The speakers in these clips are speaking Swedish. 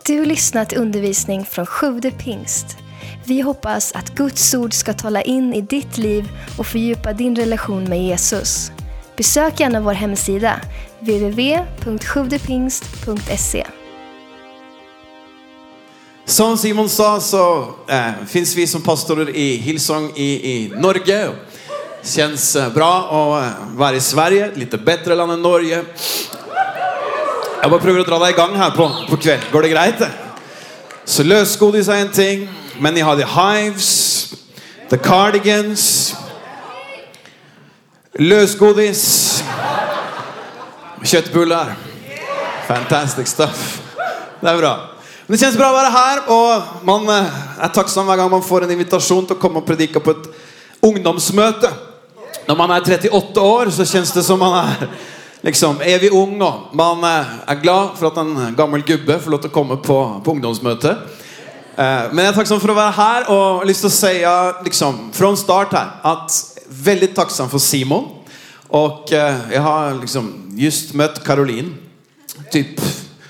Du har lyssnat till undervisning från Sjude Pingst. Vi hoppas att Guds ord ska tala in i ditt liv och fördjupa din relation med Jesus. Besök gärna vår hemsida, www.sjuvdepingst.se. Som Simon sa så finns vi som pastorer i Hillsong i Norge. Känns bra att vara i Sverige, lite bättre land än Norge. Jag bara prövar att dra dig igång här på kväll. Går det grejt? Så lösgodis är en ting, men ni har The Hives, The Cardigans, lösgodis, köttbullar. Fantastic stuff. Det är bra. Det känns bra att vara här och man är tacksam varje gång man får en invitation till att komma och predika på ett ungdomsmöte. När man är 38 år så känns det som man är liksom evig ung och man är glad för att en gammal gubbe får låta komma på ungdomsmöte. Men jag är tacksam för att vara här och lust att säga liksom från start här att väldigt tacksam för Simon. Och jag har liksom just mött Caroline typ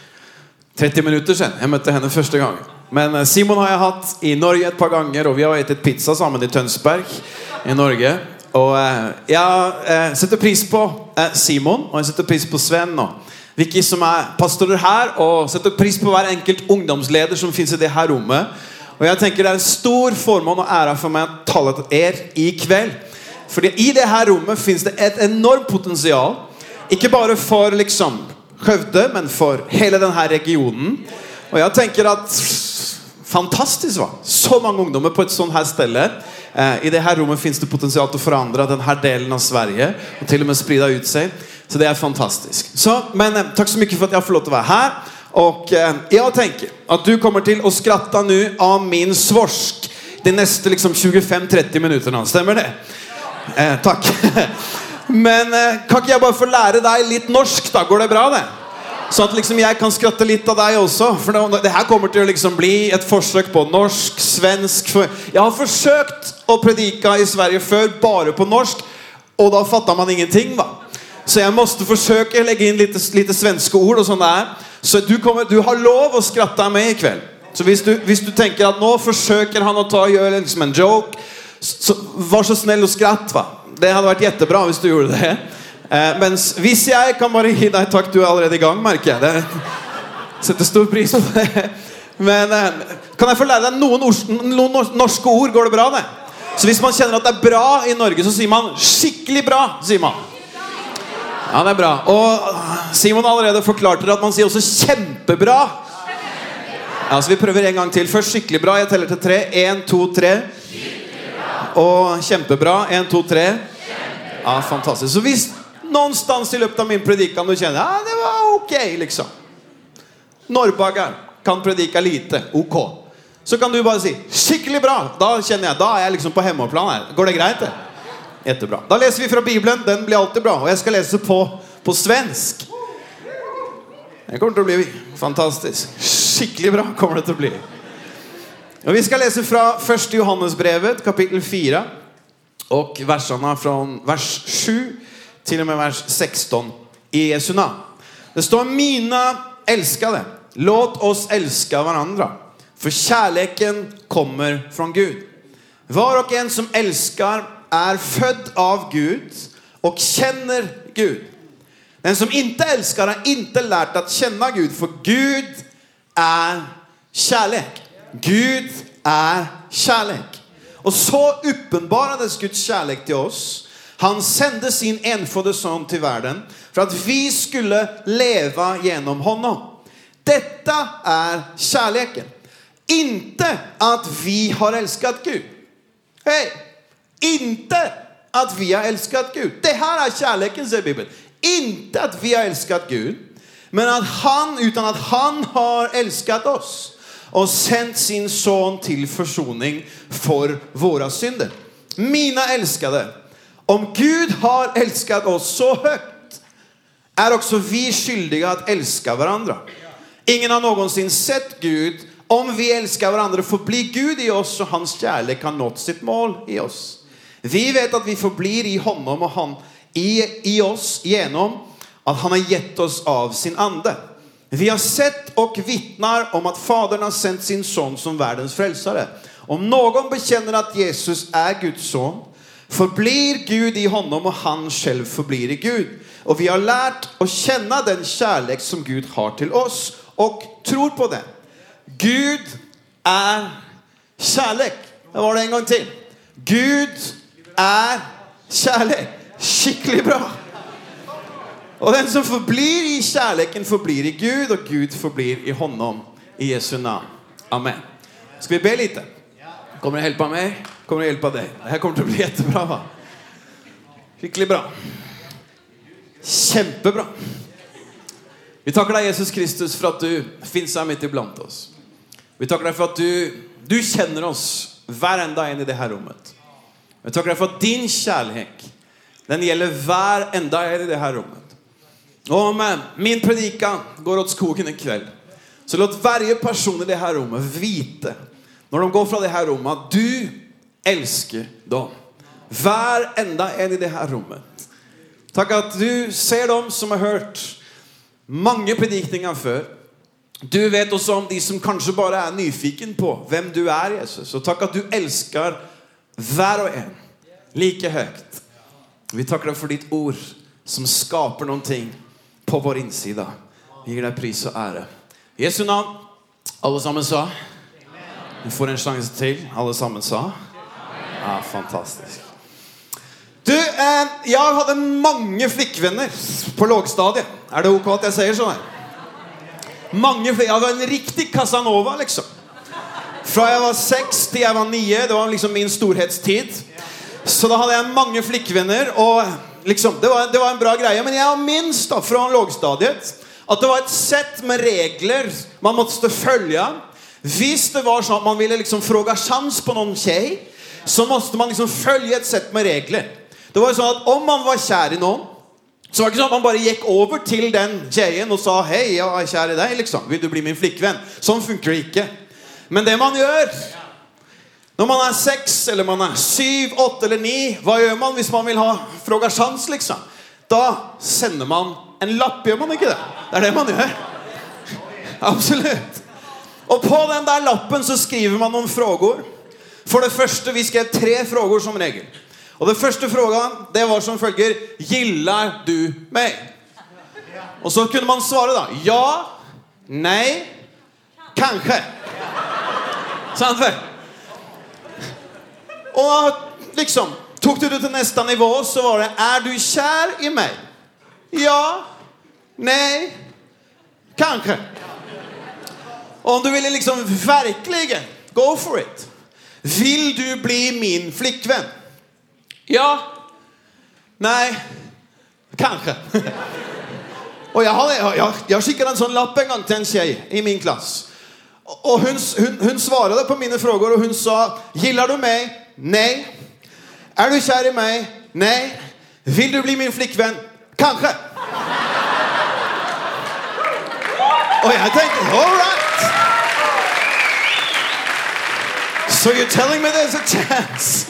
30 minuter sedan. Jag mötte henne första gången. Men Simon har jag haft i Norge ett par gånger och vi har ätit pizza samman i Tønsberg i Norge. Och jag sätter pris på Simon och jag sätter pris på Sven och Vicky som är pastorer här och sätter pris på var enkelt ungdomsledare som finns i det här rummet. Och jag tänker det är en stor förmån och ära för mig att tala till er ikväll. För i det här rummet finns det ett enormt potential. Inte bara för liksom Skövde men för hela den här regionen. Och jag tänker att fantastiskt va? Så många ungdomar på ett sånt här ställe. I det här rummet finns det potential att förändra den här delen av Sverige och till och med sprida ut sig. Så det är fantastiskt. Så, men tack så mycket för att jag får lov att vara här. Och jag tänker att du kommer till att skratta nu av min svorsk de nästa liksom 25-30 minuterna. Stämmer det? Tack. Men kan inte jag bara få lära dig lite norsk då? Går det bra det? Så att liksom jag kan skratta lite av dig också. För det här kommer till att liksom bli ett försök på norsk, svensk. Jag har försökt att predika i Sverige för bara på norsk. Och då fattar man ingenting va. Så jag måste försöka lägga in lite svenska ord och sånt där. Så du har lov att skratta med ikväll. Så hvis du tänker att nu försöker han att göra liksom en joke. Så var så snäll och skratt va. Det hade varit jättebra om du gjorde det. Men hvis jag kan bara ge dig tack, du är allerede igång märker jag. Det sätter stor pris på det. Men kan jag få lära dig någon norska ord, går det bra det? Så hvis man känner att det är bra i Norge så säger man skickligt bra, säger man. Ja, det är bra. Och Simon har allerede förklarat att man säger också kämpebra. Ja, så vi prövar en gång till. Först skickligt bra, jag teller till 3. 1, 2, 3. Och kämpebra, 1, 2, 3. Ja, fantastiskt. Så visst någonstans i löpet av min predikan du känner, ja det var okej liksom. Norrbaggar kan predika lite, ok. Så kan du bara säga, skickligt bra. Då känner jag, då är jag liksom på hemmaplan här. Går det grejt det? Jättebra. Då läser vi från Bibeln, den blir alltid bra. Och jag ska läsa på svensk. Det kommer att bli fantastiskt. Skickligt bra kommer det att bli. Och vi ska läsa från 1 Johannesbrevet, kapitel 4. Och verserna från vers 7 till och med vers 16 i Jesu namn. Det står: mina älskade, låt oss älska varandra. För kärleken kommer från Gud. Var och en som älskar är född av Gud och känner Gud. Den som inte älskar har inte lärt att känna Gud. För Gud är kärlek. Gud är kärlek. Och så uppenbarades Guds kärlek till oss. Han sände sin enfödde son till världen för att vi skulle leva genom honom. Detta är kärleken. Inte att vi har älskat Gud. Hej! Inte att vi har älskat Gud. Det här är kärleken, säger Bibeln. Inte att vi har älskat Gud, men att han har älskat oss och sänt sin son till försoning för våra synder. Mina älskade, om Gud har älskat oss så högt är också vi skyldiga att älska varandra. Ingen har någonsin sett Gud. Om vi älskar varandra förblir Gud i oss och hans kärlek har nått sitt mål i oss. Vi vet att vi förblir i honom och han i oss genom att han har gett oss av sin ande. Vi har sett och vittnar om att Fadern har sänt sin son som världens frälsare. Om någon bekänner att Jesus är Guds son, förblir Gud i honom och han själv förblir i Gud. Och vi har lärt att känna den kärlek som Gud har till oss och tror på den. Gud är kärlek. Det var det en gång till. Gud är kärlek. Skickligt bra. Och den som förblir i kärleken förblir i Gud och Gud förblir i honom. I Jesu namn. Amen. Ska vi be lite? Kommer du hjälpa mig? Kommer du hjälpa dig? Det här kommer att bli jättebra, va? Skickligt bra. Kämpebra. Vi tackar dig, Jesus Kristus, för att du finns här mitt ibland oss. Vi tackar dig för att du känner oss varenda en i det här rummet. Vi tackar dig för att din kärlek, den gäller varenda en i det här rummet. Och om min predikan går åt skogen ikväll, så låt varje person i det här rummet vita, när de går från det här rummet, att du älskar dem. Varenda en i det här rummet. Tack att du ser dem som har hört många predikningar för. Du vet också om de som kanske bara är nyfiken på vem du är, Jesus. Och tack att du älskar var och en lika högt. Vi tackar dig för ditt ord som skapar någonting på vår insida. Vi ger dig pris och ära. I Jesu namn. Allesammans sa. Vi får en chans till. Allesammans sa. Ja, fantastiskt. Du, jag hade många flickvänner på lågstadiet. Är det ok att jag säger så här? Jag var en riktig Casanova liksom. Från jag var 6 till jag var 9, det var liksom min storhetstid. Så då hade jag många flickvänner och liksom, det var en bra grej. Men jag minns då från lågstadiet att det var ett sätt med regler man måste följa. Visst det var så att man ville liksom fråga chans på någon tjej, så måste man liksom följa ett sätt med regler. Det var ju så att om man var kär i någon, så var det så att man bara gick över till den tjejen och sa: hej, jag är kär i dig liksom. Vill du bli min flickvän? Sån funkar inte. Men det man gör när man är 6 eller man är 7, 8 eller 9, vad gör man hvis man vill ha fråga chans liksom? Då sänder man en lapp, gör man inte det? Det är det man gör. Absolut. Och på den där lappen så skriver man några frågor. För det första, vi skrev 3 frågor som regel. Och den första frågan, det var som följer: gillar du mig? Och så kunde man svara då: ja, nej, kanske. Sant väl? Och liksom, tog du det till nästa nivå så var det: är du kär i mig? Ja, nej, kanske. Och om du ville liksom verkligen go for it. Vill du bli min flickvän? Ja, nej, kanske. Och jag skickade en sån lapp en gång till en tjej i min klass. Och hon svarade på mina frågor och hon sa: gillar du mig? Nej. Är du kär i mig? Nej. Vill du bli min flickvän? Kanske. Och jag tänkte: all right. So you're telling me there's a chance.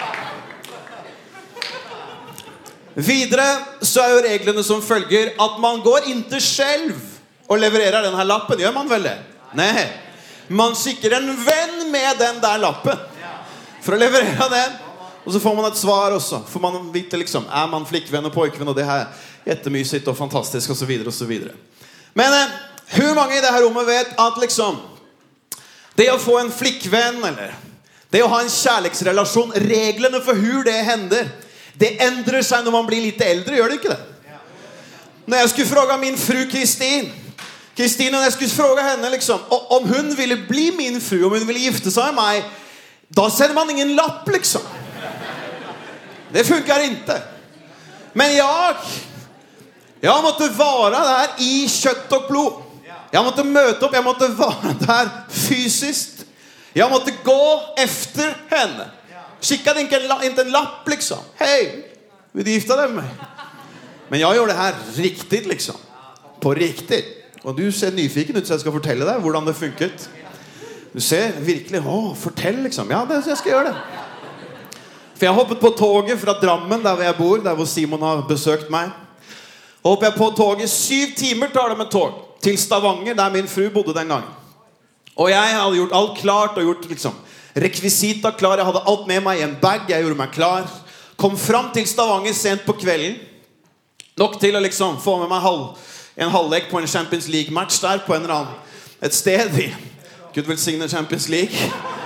Vidare så är ju reglerna som följer att man går inte själv och levererar den här lappen. Gör man väl det? Nej. Man skickar en vän med den där lappen för att leverera den. Och så får man ett svar och så får man veta liksom, är man flickvän och pojkvän och det här jättemysigt och fantastiskt och så vidare och så vidare. Men hur många i det här rummet vet att liksom det att få en flickvän eller det att ha en kärleksrelation, reglerna för hur det händer, det ändrar sig när man blir lite äldre, gör det inte det? När jag skulle fråga min fru Kristin, när jag skulle fråga henne liksom, om hon ville bli min fru, om hon ville gifta sig med mig, då sänder man ingen lapp liksom. Det funkar inte. Men jag måste vara där i kött och blod. Jag måste möta upp, jag måste vara där fysiskt. Jag måste gå efter henne. Skickade inte en lapp liksom. Hej, vill du gifta dig med mig? Men jag gör det här riktigt liksom. På riktigt. Och du ser nyfiken ut så jag ska fortälla dig hur det funkat. Du ser verkligen, fortäll liksom. Ja, jag ska göra det. För jag har hoppat på tåget från Drammen där jag bor, där Simon har besökt mig. Och hoppar jag på tåget, 7 timmar tar det med tåg till Stavanger där min fru bodde den gången. Och jag hade gjort allt klart och gjort liksom rekvisita klar. Jag hade allt med mig i en bag, jag gjorde mig klar. Kom fram till Stavanger sent på kvällen. Nog till att liksom få med mig en halvlek på en Champions League-match där på ett sted i Gud välsigne Champions League.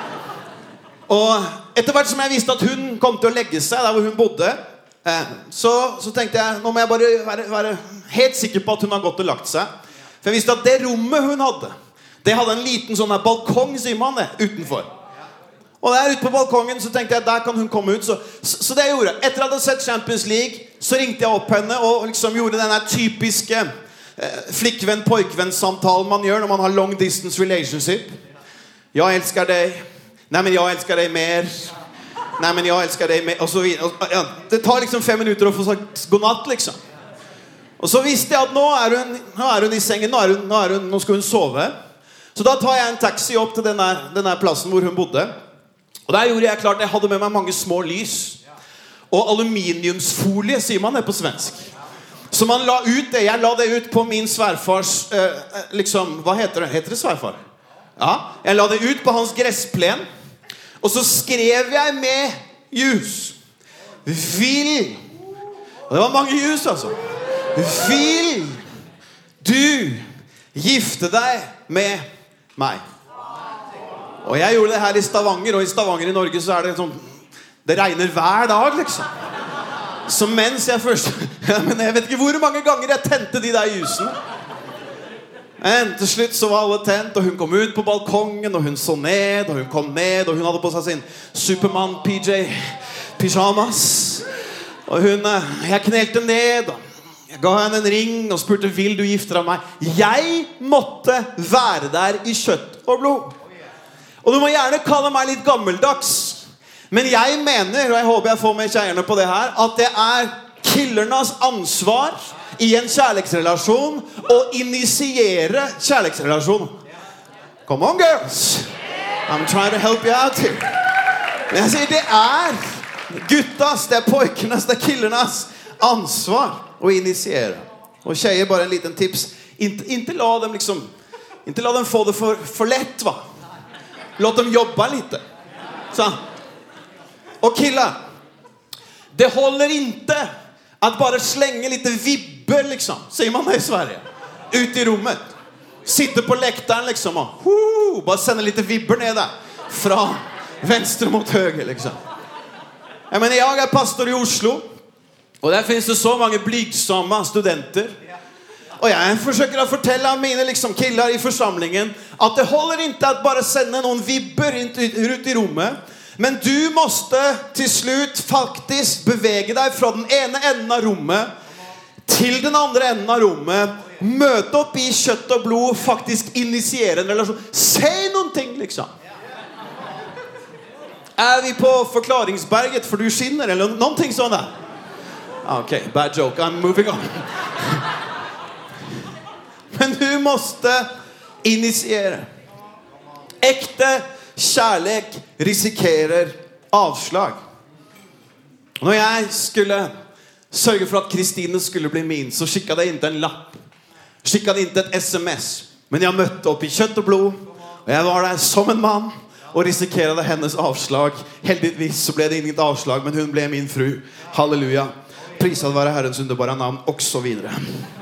Och efterhvert som jag visste att hon kom till att lägga sig där hvor hon bodde, så tänkte jag, nu må jag bara vara helt säker på att hon har gått och lagt sig. För jag visste att det rummet hon hade, det hade en liten sån här balkong, säger man det, utanför. Och där ute på balkongen så tänkte jag, där kan hon komma ut. Så det jag gjorde, efter att jag hade sett Champions League, så ringde jag upp henne och liksom gjorde den här typiska flickvän-pojkvän-samtal man gör när man har long distance relationship. Jag älskar dig. Nej, men jag älskar dig mer. Nej, men jag älskar dig mer. Och så vidare. Ja, det tar liksom 5 minuter att få sagt godnatt liksom. Och så visste jag att nu är hon i sängen. Nu ska hon sova. Så då tar jag en taxi upp till den här platsen hvor hon bodde. Och där gjorde jag klart, jag hade med mig många små lys. Och aluminiumsfolie, säger man det på svensk. Så man la ut det, jag la det ut på min svärfars, liksom, vad heter det? Heter det svärfar? Ja, jag la det ut på hans grässplen. Och så skrev jag med ljus. Vill. Och det var många ljus alltså. Vill du gifte dig med mig? Och jag gjorde det här i Stavanger. Och i Stavanger i Norge så är det som, det regner hver dag liksom. Så mens jag först, men jag vet inte hur många gånger jag tände de där ljusen. Men till slut så var alla tänt och hon kom ut på balkongen och hon så ned och hon kom ned och hon hade på sig sin Superman PJ pyjamas. Och jag knälte ned och jag gav henne en ring och spurte, vill du gifta dig med mig? Jag måtte vara där i kött och blod. Och du må gärna kalla mig lite gammeldags. Men jag menar, och jag hoppas jag får med tjejerna på det här, att det är killarnas ansvar i en kärleksrelation och initiera kärleksrelation. Come on girls. I'm trying to help you out here. Men jag säger, det är guttas, det är pojkarnas, det är killarnas ansvar att initiera. Och tjejer, bara en liten tips. Inte la dem liksom, inte la dem få det för lätt, va? Låt dem jobba lite. Så. Och killar, det håller inte att bara slänga lite vibber liksom, säger man det i Sverige, ut i rummet. Sitter på läktaren liksom och bara sända lite vibber ner där. Från vänster mot höger liksom. Jag menar, jag är pastor i Oslo. Och där finns det så många blygsamma studenter. Och jag försöker att förtälla mina liksom killar i församlingen att det håller inte att bara sända någon vibber ut i rummet. Men du måste till slut faktiskt beväga dig från den ena änden av rummet till den andra änden av rummet. Möta upp i kött och blod, faktiskt initiera en relation. Säg någonting liksom. Är vi på förklaringsberget för du skinner eller någonting sånt där? Okej, bad joke, I'm moving on. Men du måste initiera. Äkta kärlek riskerar avslag. När jag skulle sörja för att Kristina skulle bli min, så skickade jag inte en lapp. Skickade inte ett sms. Men jag mötte upp i kött och blod. Och jag var där som en man och riskerade hennes avslag. Heldigvis så blev det inget avslag, men hon blev min fru. Halleluja. Prisad vare Herrens underbara namn och så vidare.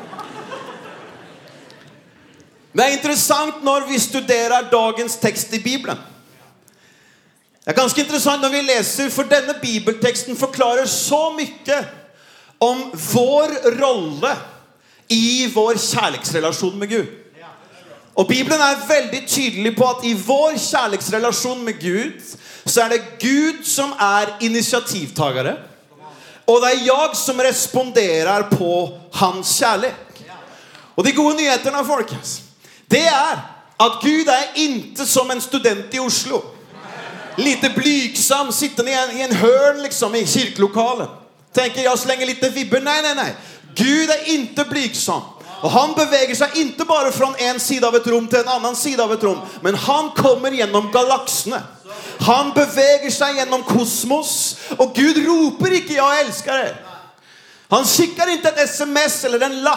Det är intressant när vi studerar dagens text i Bibeln. Det är ganska intressant när vi läser, för denna bibeltexten förklarar så mycket om vår roll i vår kärleksrelation med Gud. Och Bibeln är väldigt tydlig på att i vår kärleksrelation med Gud så är det Gud som är initiativtagare. Och det är jag som responderar på hans kärlek. Och de goda nyheterna, folkens, det är att Gud är inte som en student i Oslo. Lite blygsam, sitter i en hörn liksom i kyrklokalen. Tänker jag slänger lite vibber. Nej. Gud är inte blygsam. Och han beväger sig inte bara från en sida av ett rum till en annan sida av ett rum. Men han kommer genom galaxerna. Han beväger sig genom kosmos. Och Gud ropar inte, jag älskar er. Han skickar inte ett sms eller en lapp.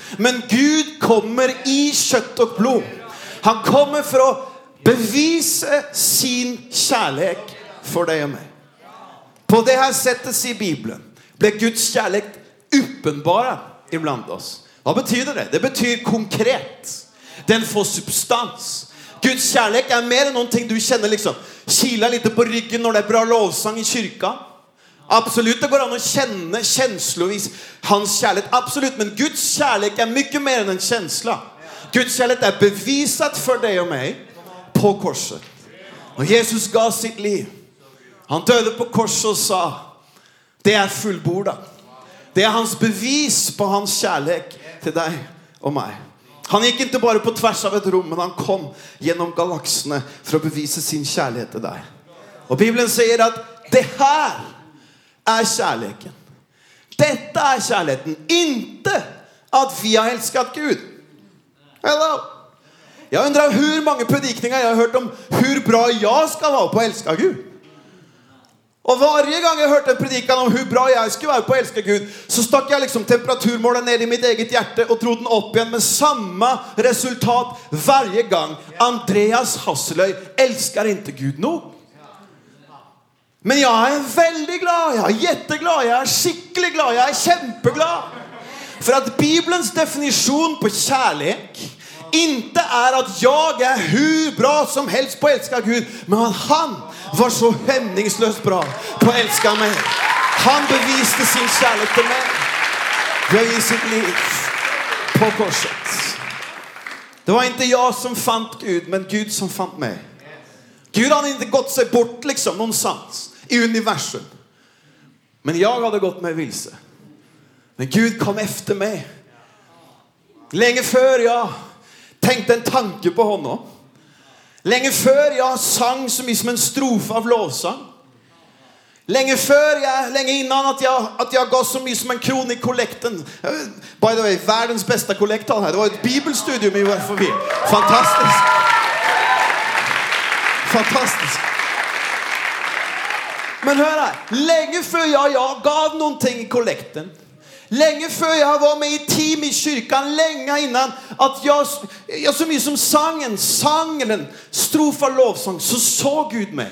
Men Gud kommer i kött och blod. Han kommer för att bevisa sin kärlek för dig och mig. På det här sättet i Bibeln blir Guds kärlek uppenbara ibland oss. Vad betyder det? Det betyder konkret. Den får substans. Guds kärlek är mer än någonting du känner liksom kilar lite på ryggen när det är bra lovsång i kyrkan. Absolut, det går an att känna känslovis hans kärlek. Absolut, men Guds kärlek är mycket mer än en känsla. Guds kärlek är bevisat för dig och mig på korset. Och Jesus gav sitt liv. Han döde på korset och sa: det är fullbordat. Det är hans bevis på hans kärlek till dig och mig. Han gick inte bara på tvärs av ett rum, men han kom genom galaxerna för att bevisa sin kärlek till dig. Och Bibeln säger att det här är kärleken. Detta är kärleken. Inte att vi har älskat Gud. Hello. Jag undrar hur många predikningar jag har hört om hur bra jag ska vara på att älska Gud. Och varje gång jag hört en predikan om hur bra jag ska vara på att älska Gud, så stack jag liksom temperaturmålen ner i mitt eget hjärta och drog den upp igen med samma resultat varje gång. Andreas Hasseløy älskar inte Gud nog. Men jag är väldigt glad, jag är jätteglad, jag är skickligt glad, jag är kämpeglad. För att Bibelns definition på kärlek inte är att jag är hur bra som helst på att älska Gud, men att han var så hämningslöst bra på att älska mig. Han bevisade sin kärlek till mig. Jag ger sitt liv på korset. Det var inte jag som fann Gud, men Gud som fann mig. Gud hade inte gått sig bort liksom någonstans i universum. Men jag hade gått mig vilse. Men Gud kom efter mig. Länge för jag tänkte en tanke på honom. Länge för jag sang som en strof av lovsang. Länge innan att jag gav så mycket som en kron i kollekten. By the way, världens bästa kollektal här. Det var ett bibelstudium i varför vi. Fantastiskt. Fantastiskt. Men hör här. Länge för jag gav någonting i kollekten. Länge för jag var med i team i kyrkan. Länge innan att jag så mycket som sang eller en strof av lovsång, så såg Gud mig.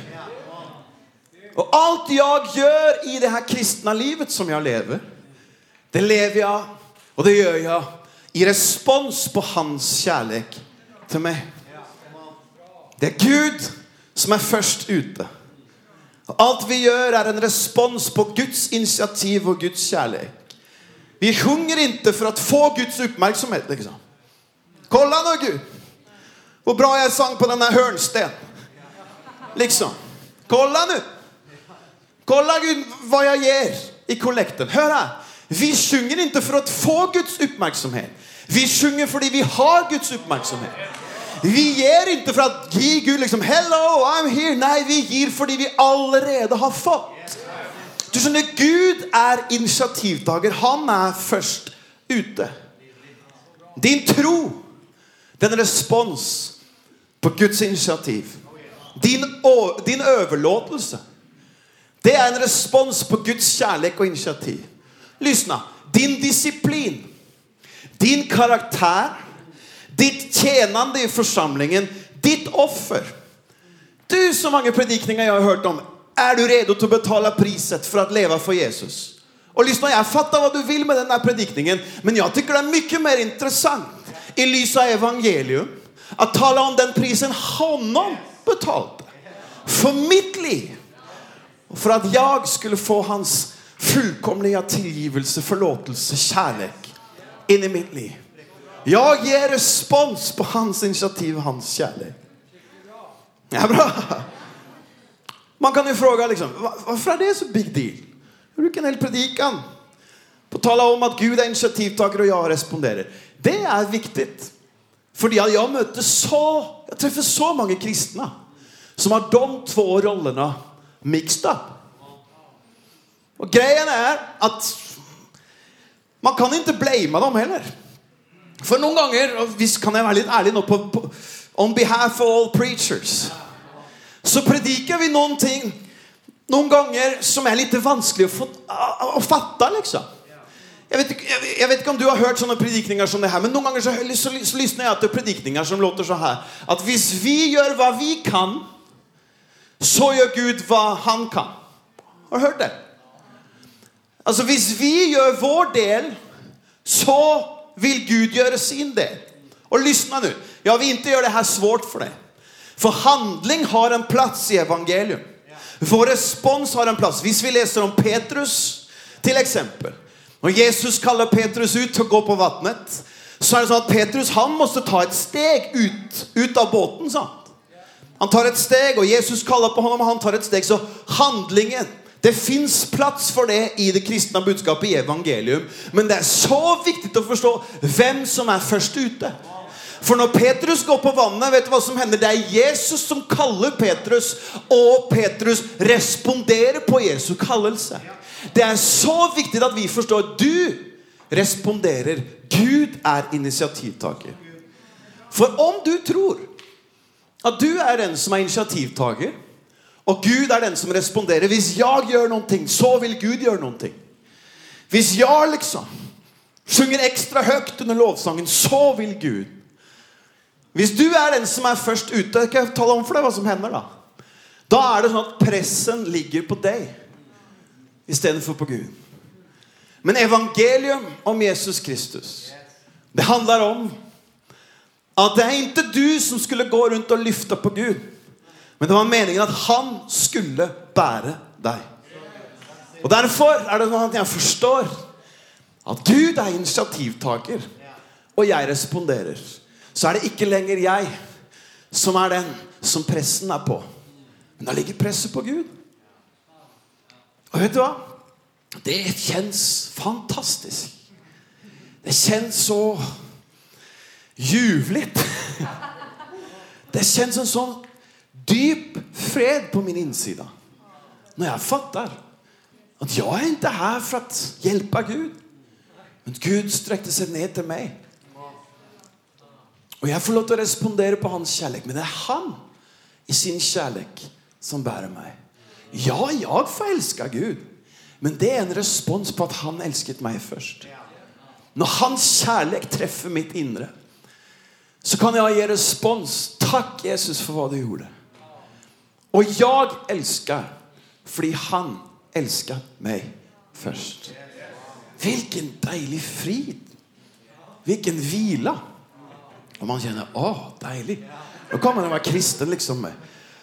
Och allt jag gör i det här kristna livet som jag lever, det lever jag och det gör jag i respons på hans kärlek till mig. Det är Gud som är först ute. Och allt vi gör är en respons på Guds initiativ och Guds kärlek. Vi sjunger inte för att få Guds uppmärksamhet liksom. Kolla nu Gud, vad bra jag sang på den här hörnsten. Liksom. Kolla nu. Kolla Gud vad jag ger i kollekten. Hör här. Vi sjunger inte för att få Guds uppmärksamhet. Vi sjunger för att vi har Guds uppmärksamhet. Vi ger inte för att ge Gud liksom hello I'm here. Nej, vi ger för att vi allerede har fått. Du skjønner, Gud är initiativtagare. Han är först ute. Din tro, den respons på Guds initiativ. Din överlåtelse, det är en respons på Guds kärlek och initiativ. Lyssna, din disciplin, din karaktär, ditt tjänande i församlingen, ditt offer. Du, så många predikningar jag har hört om. Är du redo att betala priset för att leva för Jesus? Och lyssna, jag fattar vad du vill med den här predikningen, men jag tycker det är mycket mer intressant i lysa evangelium att tala om den prisen honom betalade för mitt liv. Och för att jag skulle få hans fullkomliga tillgivelse, förlåtelse, kärlek in i mitt liv. Jag ger respons på hans initiativ och hans kärlek. Ja, bra. Man kan ju fråga liksom, varför är det så big deal? Hur kan hela predikan på tala om att Gud är initiativtagare och jag responderar? Det är viktigt. För jag träffar så många kristna som har de två rollerna mixed up. Och grejen är att man kan inte blamea dem heller. För någon gånger, och visst kan jag vara lite ärlig nu på on behalf of all preachers, så predikar vi någonting någon gånger som är lite vanskligt att fatta liksom. Jag vet inte om du har hört sådana predikningar som det här, men någon gånger så lyssnar jag till predikningar som låter så här, att hvis vi gör vad vi kan, så gör Gud vad han kan. Har du hört det? Alltså hvis vi gör vår del, så vill Gud göra sin del. Och lyssna nu, jag vill inte göra det här svårt för dig. För handling har en plats i evangelium. Vår respons har en plats. Hvis vi läser om Petrus till exempel, och Jesus kallar Petrus ut att gå på vattnet, så är det så att Petrus, han måste ta ett steg ut av båten, sant? Han tar ett steg och Jesus kallar på honom och han tar ett steg. Så handlingen, det finns plats för det i det kristna budskapet i evangelium. Men det är så viktigt att förstå vem som är först ute. För när Petrus går på vattnet, vet du vad som händer? Det är Jesus som kallar Petrus, och Petrus responderar på Jesu kallelse. Det är så viktigt att vi förstår att du responderar. Gud är initiativtagare. För om du tror att du är den som är initiativtagare och Gud är den som responderar. Hvis jag gör någonting, så vill Gud göra någonting. Hvis jag liksom sjunger extra högt under lovsången, så vill Gud. Hvis du är den som är först ute, jag kan tala om för dig vad som händer då. Då är det så att pressen ligger på dig istället för på Gud. Men evangelium om Jesus Kristus, det handlar om att det är inte du som skulle gå runt och lyfta på Gud, men det var meningen att han skulle bära dig. Och därför är det så att jag förstår att Gud är initiativtagare och jag responderar. Så är det inte längre jag som är den som pressen är på, men då ligger pressen på Gud. Och vet du vad? Det känns fantastiskt. Det känns så ljuvligt. Det känns en sån djup fred på min insida när jag fattar att jag är inte här för att hjälpa Gud, men Gud sträckte sig ner till mig. Och jag får låta respondera på hans kärlek, men det är han i sin kärlek som bär mig. Ja, jag får älska Gud, men det är en respons på att han älskat mig först. När hans kärlek träffar mitt inre, så kan jag ge respons. Tack Jesus för vad du gjorde. Och jag älskar för han älskar mig först. Vilken dejlig frid. Vilken vila. Och man känner, dejligt. Då kommer man vara kristen liksom med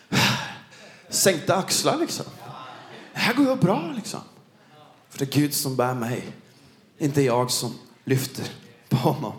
sänkta axlar liksom. Det här går ju bra liksom. För det är Gud som bär mig, inte jag som lyfter på honom.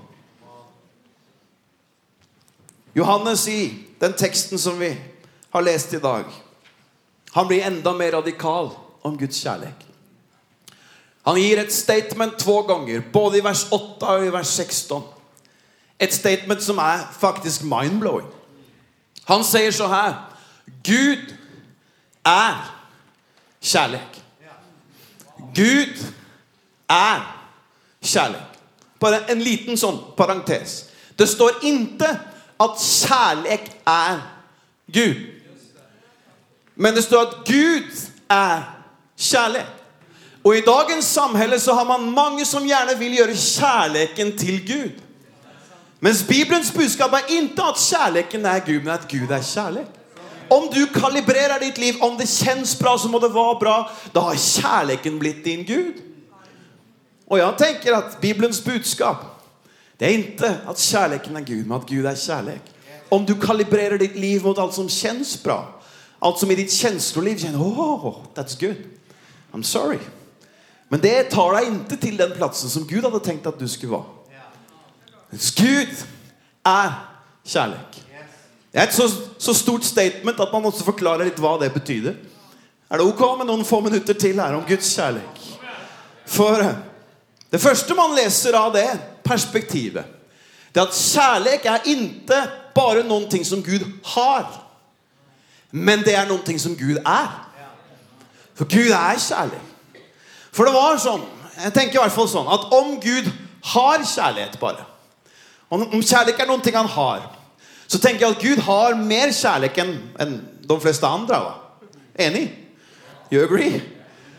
Johannes i den texten som vi har läst idag, han blir ända mer radikal om Guds kärlek. Han ger ett statement 2 gånger, både i vers 8 och i vers 16. Ett statement som är faktiskt mindblowing. Han säger så här: Gud är kärlek. Gud är kärlek. Bara en liten sån parentes. Det står inte att kärlek är Gud, men det står att Gud är kärlek. Och i dagens samhälle så har man många som gärna vill göra kärleken till Gud. Men Bibelns budskap är inte att kärleken är Gud, men att Gud är kärlek. Om du kalibrerar ditt liv, om det känns bra så må det vara bra, då har kärleken blivit din Gud. Och jag tänker att Bibelns budskap, det är inte att kärleken är Gud, men att Gud är kärlek. Om du kalibrerar ditt liv mot allt som känns bra, allt som i ditt känsloliv känner, that's good, I'm sorry. Men det tar dig inte till den platsen som Gud hade tänkt att du skulle vara. Gud är kärlek. Det är ett så stort statement att man måste förklara lite vad det betyder. Är det okej med någon få minuter till här om Guds kärlek? För det första man läser av det perspektivet, det är att kärlek är inte bara någonting som Gud har, men det är någonting som Gud är. För Gud är kärlek. För det var sån, jag tänker i alla fall sån, att om Gud har kärlek bara, om kärlek är någonting han har, så tänker jag att Gud har mer kärlek än de flesta andra, va? Är ni? You agree?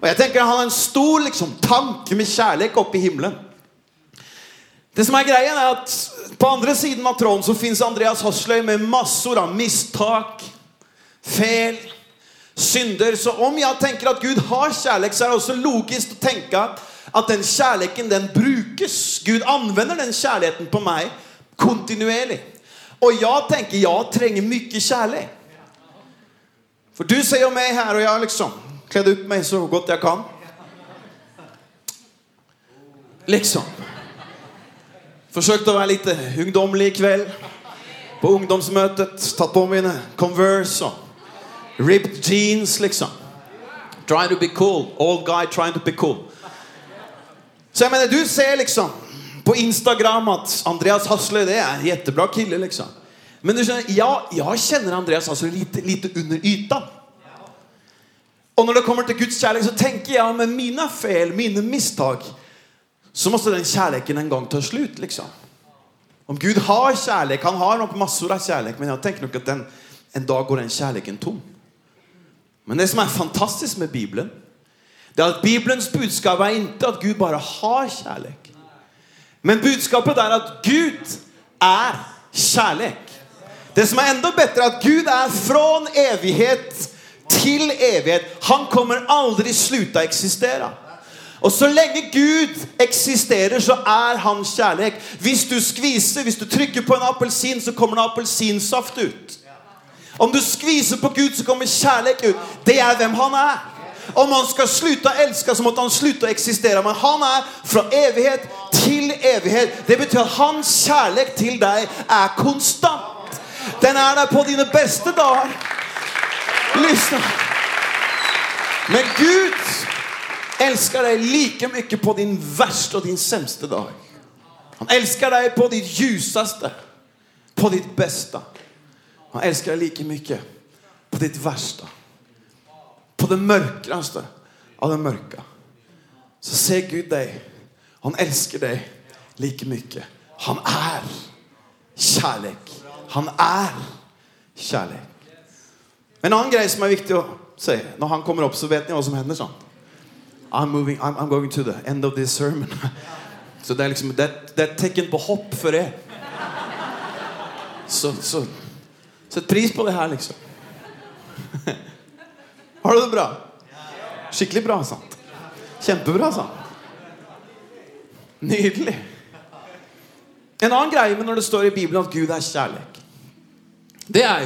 Och jag tänker att han har en stor liksom, tank med kärlek upp i himlen. Det som är grejen är att på andra sidan av tron så finns Andreas Hasslöj med massor av misstag, fel, synder. Så om jag tänker att Gud har kärlek så är det också logiskt att tänka att den kärleken den brukas. Gud använder den kärleken på mig kontinuerligt. Och jag tänker jag tränger mycket kärlek. För du säger mig här och jag liksom klädde upp mig så gott jag kan. Liksom. Försökte vara lite ungdomlig ikväll. På ungdomsmötet. Tatt på mina Converse och ripped jeans liksom. Trying to be cool. Old guy trying to be cool. Så jag menar du ser liksom på Instagram att Andreas Hasslöj det är en jättebra kille liksom. Men du känner, jag känner Andreas Hasslöj lite under ytan. Och när det kommer till Guds kärlek så tänker jag med mina fel, mina misstag så måste den kärleken en gång ta slut liksom. Om Gud har kärlek, han har nog massor av kärlek, men jag tänker nog att en dag går den kärleken tom. Men det som är fantastiskt med Bibeln, det är att Bibelns budskap är inte att Gud bara har kärlek. Men budskapet är att Gud är kärlek. Det som är ändå bättre är att Gud är från evighet till evighet. Han kommer aldrig sluta existera. Och så länge Gud existerar så är han kärlek. Hvis du trycker på en apelsin så kommer en apelsinsaft ut. Om du skviser på Gud så kommer kärlek ut. Det är vem han är. Om man ska sluta älska så måste han sluta existera. Men han är från evighet till evighet. Det betyder att hans kärlek till dig är konstant. Den är där på dina bästa dagar. Lyssna. Men Gud älskar dig lika mycket på din värsta och din sämsta dag. Han älskar dig på ditt ljusaste, på ditt bästa. Han älskar dig lika mycket på ditt värsta, på det mörkaste av det mörka. Så ser Gud dig. Han älskar dig lika mycket. Han är kärlek. Han är kärlek. En annan grej som är viktig att säga. När han kommer upp så vet ni vad som händer sånt. I'm going to the end of this sermon. Så det är liksom det är ett tecken på hopp för er. Så ett pris på det här liksom. Har du det bra? Skickligt bra sant. Kämpebra sant. Nydelig. En annan grej men när det står i Bibeln att Gud är kärlek. Det är ju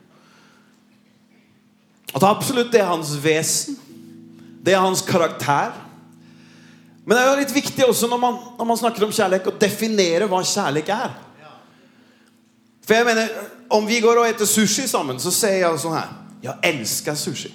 att absolut det är hans väsen. Det är hans karaktär. Men det är lite viktigt också när man snackar om kärlek att definiera vad kärlek är. För jag menar, om vi går och äter sushi sammen så säger jag så här. Jag älskar sushi.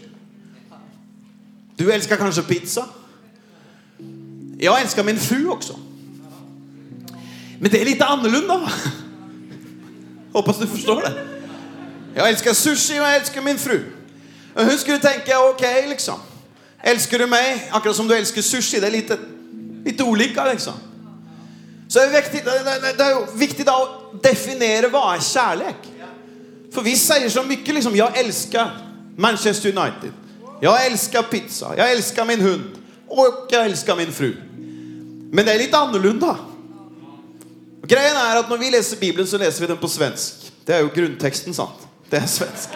Du älskar kanske pizza. Jag älskar min fru också. Men det är lite annorlunda. Hoppas du förstår det. Jag älskar sushi och jag älskar min fru. Och hur ska du tänka? Okej, liksom. Älskar du mig? Akkurat som du älskar sushi. Det är lite olika liksom. Så det är viktigt att definiera vad är kärlek. För vi säger så mycket liksom. Jag älskar Manchester United. Jag älskar pizza. Jag älskar min hund. Och jag älskar min fru. Men det är lite annorlunda. Och grejen är att när vi läser Bibeln så läser vi den på svensk. Det är ju grundtexten sant. Det är svensk.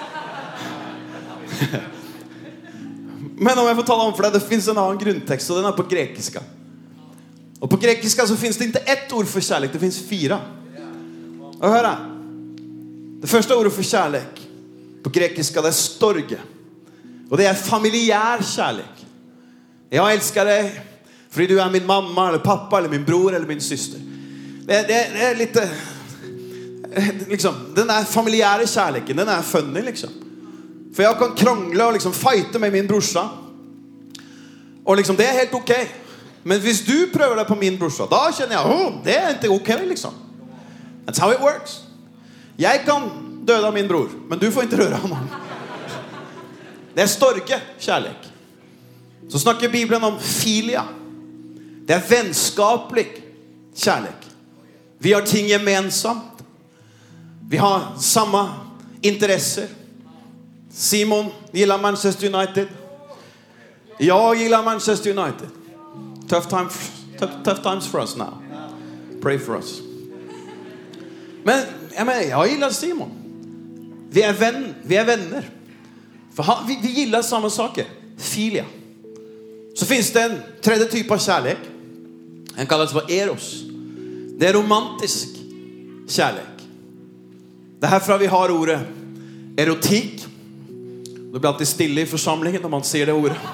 Men om jag får tala om för det finns en annan grundtext och den är på grekiska. Och på grekiska så finns det inte ett ord för kärlek, det finns 4. Och höra. Det första ordet för kärlek på grekiska det är storge. Och det är familjär kärlek. Jag älskar dig för du är min mamma eller pappa eller min bror eller min syster. Det är lite liksom, den där familjära kärleken, den är funny liksom. För jag kan krångla och liksom fighta med min brorsa. Och liksom det är helt okej. Men hvis du prövar det på min brorsa, då känner jag, det är inte okej liksom. That's how it works. Jag kan döda min bror, men du får inte röra honom. Det är storge kärlek. Så snackar Bibeln om filia. Det är vänskaplig kärlek. Vi har ting gemensamt. Vi har samma intresser. Simon gillar Manchester United. Jag gillar Manchester United. Tough times for us now. Pray for us. Men jag gillar Simon. Vi är vänner. För vi gillar samma saker. Filia. Så finns det en tredje typ av kärlek. Den kallas för eros. Det är romantisk kärlek. Det här för vi har ordet erotik. Det blir alltid stille i församlingen när man ser det ordet.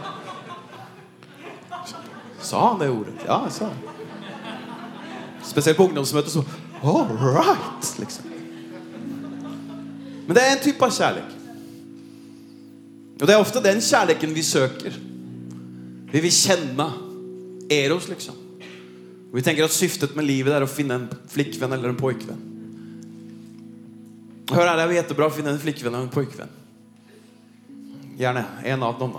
Sa han det ordet? Ja, jag sa. Speciellt på ungdomsmötet så all right liksom. Men det är en typ av kärlek. Och det är ofta den kärleken vi söker. Vi vill känna eros liksom. Och vi tänker att syftet med livet är att finna en flickvän eller en pojkvän. Hör här, det är jättebra att finna en flickvän och en pojkvän. Gärna en av dem då.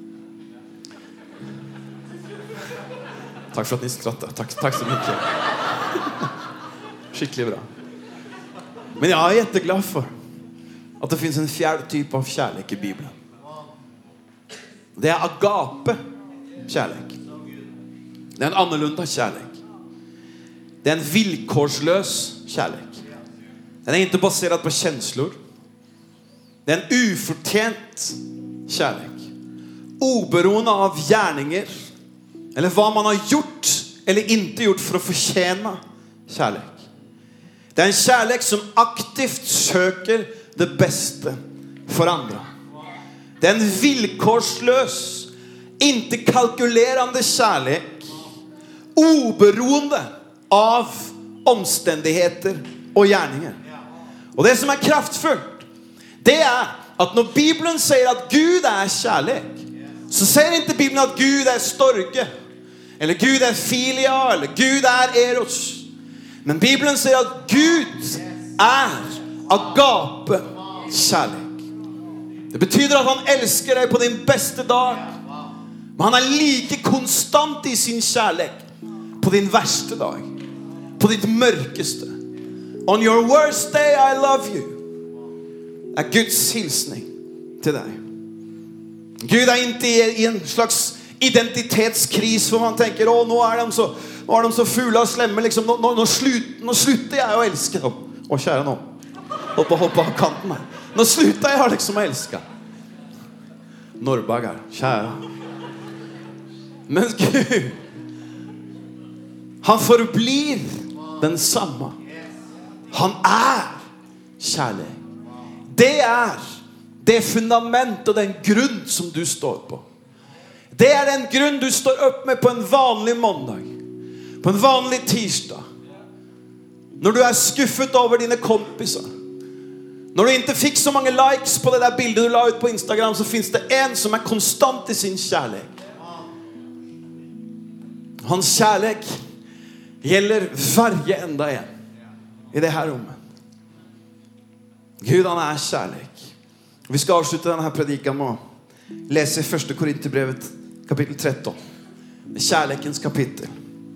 Tack för att ni skrattar. Tack så mycket. Skickligt bra. Men jag är jätteglad för att det finns en fjärde typ av kärlek i Bibeln. Det är agape kärlek. Det är en annorlunda kärlek. Det är en villkorslös kärlek. Den är inte baserad på känslor. Det är en oförtjänt kärlek. Oberoende av gärningar eller vad man har gjort eller inte gjort för att förtjäna kärlek. Det är en kärlek som aktivt söker det bästa för andra. Det är en villkorslös, inte kalkylerande kärlek. Oberoende av omständigheter och gärningar. Och det som är kraftfullt, det är att när Bibeln säger att Gud är kärlek, så säger inte Bibeln att Gud är storge, eller Gud är filia, eller Gud är eros. Men Bibeln säger att Gud är agape kärlek. Det betyder att han älskar dig på din bästa dag. Men han är lika konstant i sin kärlek på din värsta dag. På ditt mörkaste. On your worst day I love you. Är Guds hilsning till dig. Gud är inte i en slags identitetskris för man tänker, nu är de så fula och slämmer liksom. Nu slutar jag att älska dem. Åh kära någon. Hoppa av kanten här. Nu slutar jag liksom att älska. Norrbaggar, kära. Men Gud, han förblir den samma. Han är kärlek. Det är det fundament och den grund som du står på. Det är den grund du står upp med på en vanlig måndag. På en vanlig tisdag. När du är skuffet över dina kompisar. När du inte fick så många likes på det där bilden du la ut på Instagram, så finns det en som är konstant i sin kärlek. Hans kärlek gäller varje enda en i det här rummet. Gud, han är kärlek. Vi ska avsluta den här predikan med att läsa första Korinthierbrevet kapitel 13. Kärlekens kapitel.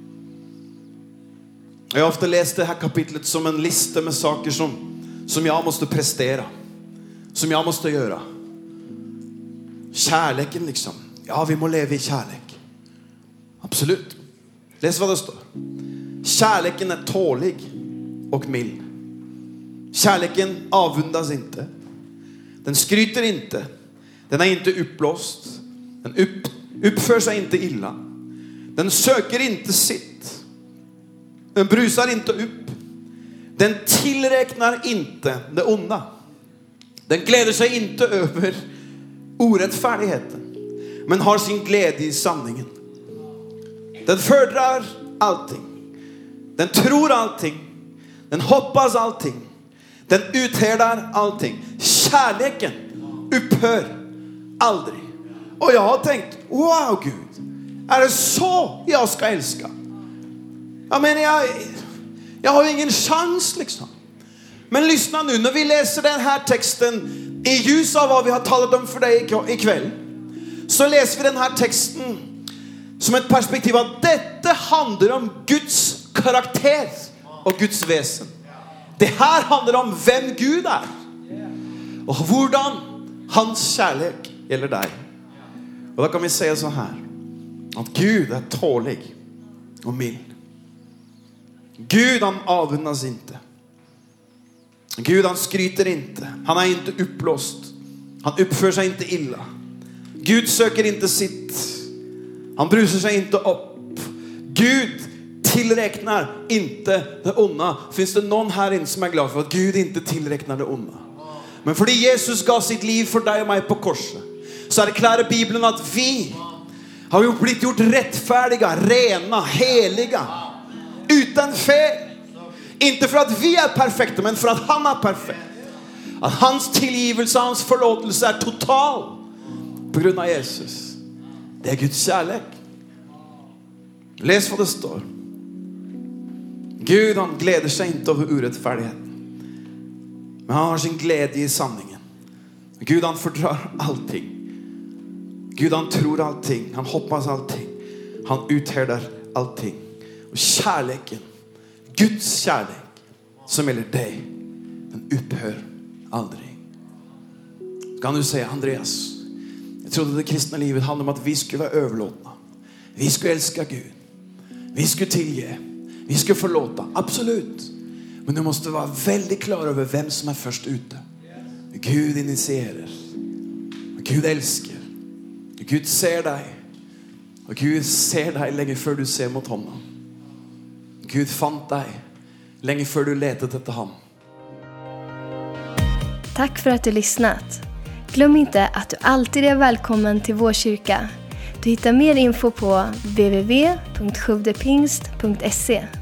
Jag har ofta läst det här kapitlet som en lista med saker som jag måste prestera. Som jag måste göra. Kärleken liksom. Ja, vi må leva i kärlek. Absolut. Läs vad det står. Kärleken är tålig och mild. Kärleken avundas inte. Den skryter inte. Den är inte uppblåst. Den uppför sig inte illa. Den söker inte sitt. Den brusar inte upp. Den tillräknar inte det onda. Den gläder sig inte över orättfärdigheten, men har sin glädje i sanningen. Den fördrar allting. Den tror allting. Den hoppas allting. Den uthärdar allting. Kärleken upphör aldrig. Och jag har tänkt, wow Gud, är det så jag ska älska? Jag menar, jag har ingen chans liksom. Men lyssna nu, när vi läser den här texten i ljus av vad vi har talat om för dig ikväll, så läser vi den här texten som ett perspektiv att detta handlar om Guds karaktär och Guds väsen. Det här handlar om vem Gud är och hurdan hans kärlek gäller dig. Och då kan vi säga så här. Att Gud är tålig och mild. Gud, han avundas inte. Gud, han skryter inte. Han är inte uppblåst. Han uppför sig inte illa. Gud söker inte sitt. Han brusar sig inte upp. Gud tillräknar inte det onda. Finns det någon här inne som är glad för att Gud inte tillräknar det onda? Men för att Jesus gav sitt liv för dig och mig på korset, så erklärar Bibeln att vi har blivit gjort rättfärdiga, rena, heliga, utan fel. Inte för att vi är perfekta, men för att han är perfekt. Att hans tillgivelse, hans förlåtelse är total på grund av Jesus. Det är Guds kärlek. Läs vad det står. Gud, han gläder sig inte över orättfärdigheten, men han har sin glädje i sanningen. Gud, han fördrar allting. Gud, han tror allting. Han hoppas allting. Han uthärdar allting. Och kärleken, Guds kärlek som gäller dig, den upphör aldrig. Kan du säga, Andreas, jag trodde det kristna livet handlade om att vi skulle vara överlåtna. Vi skulle älska Gud. Vi skulle tillge. Vi skulle förlåta. Absolut. Men du måste vara väldigt klar över vem som är först ute. Gud initierar. Gud älskar. Gud ser dig. Och Gud ser dig länge för du ser mot honom. Gud fann dig länge för du letat efter honom. Tack för att du lyssnat. Glöm inte att du alltid är välkommen till vår kyrka. Du hittar mer info på www.sjuvdepingst.se.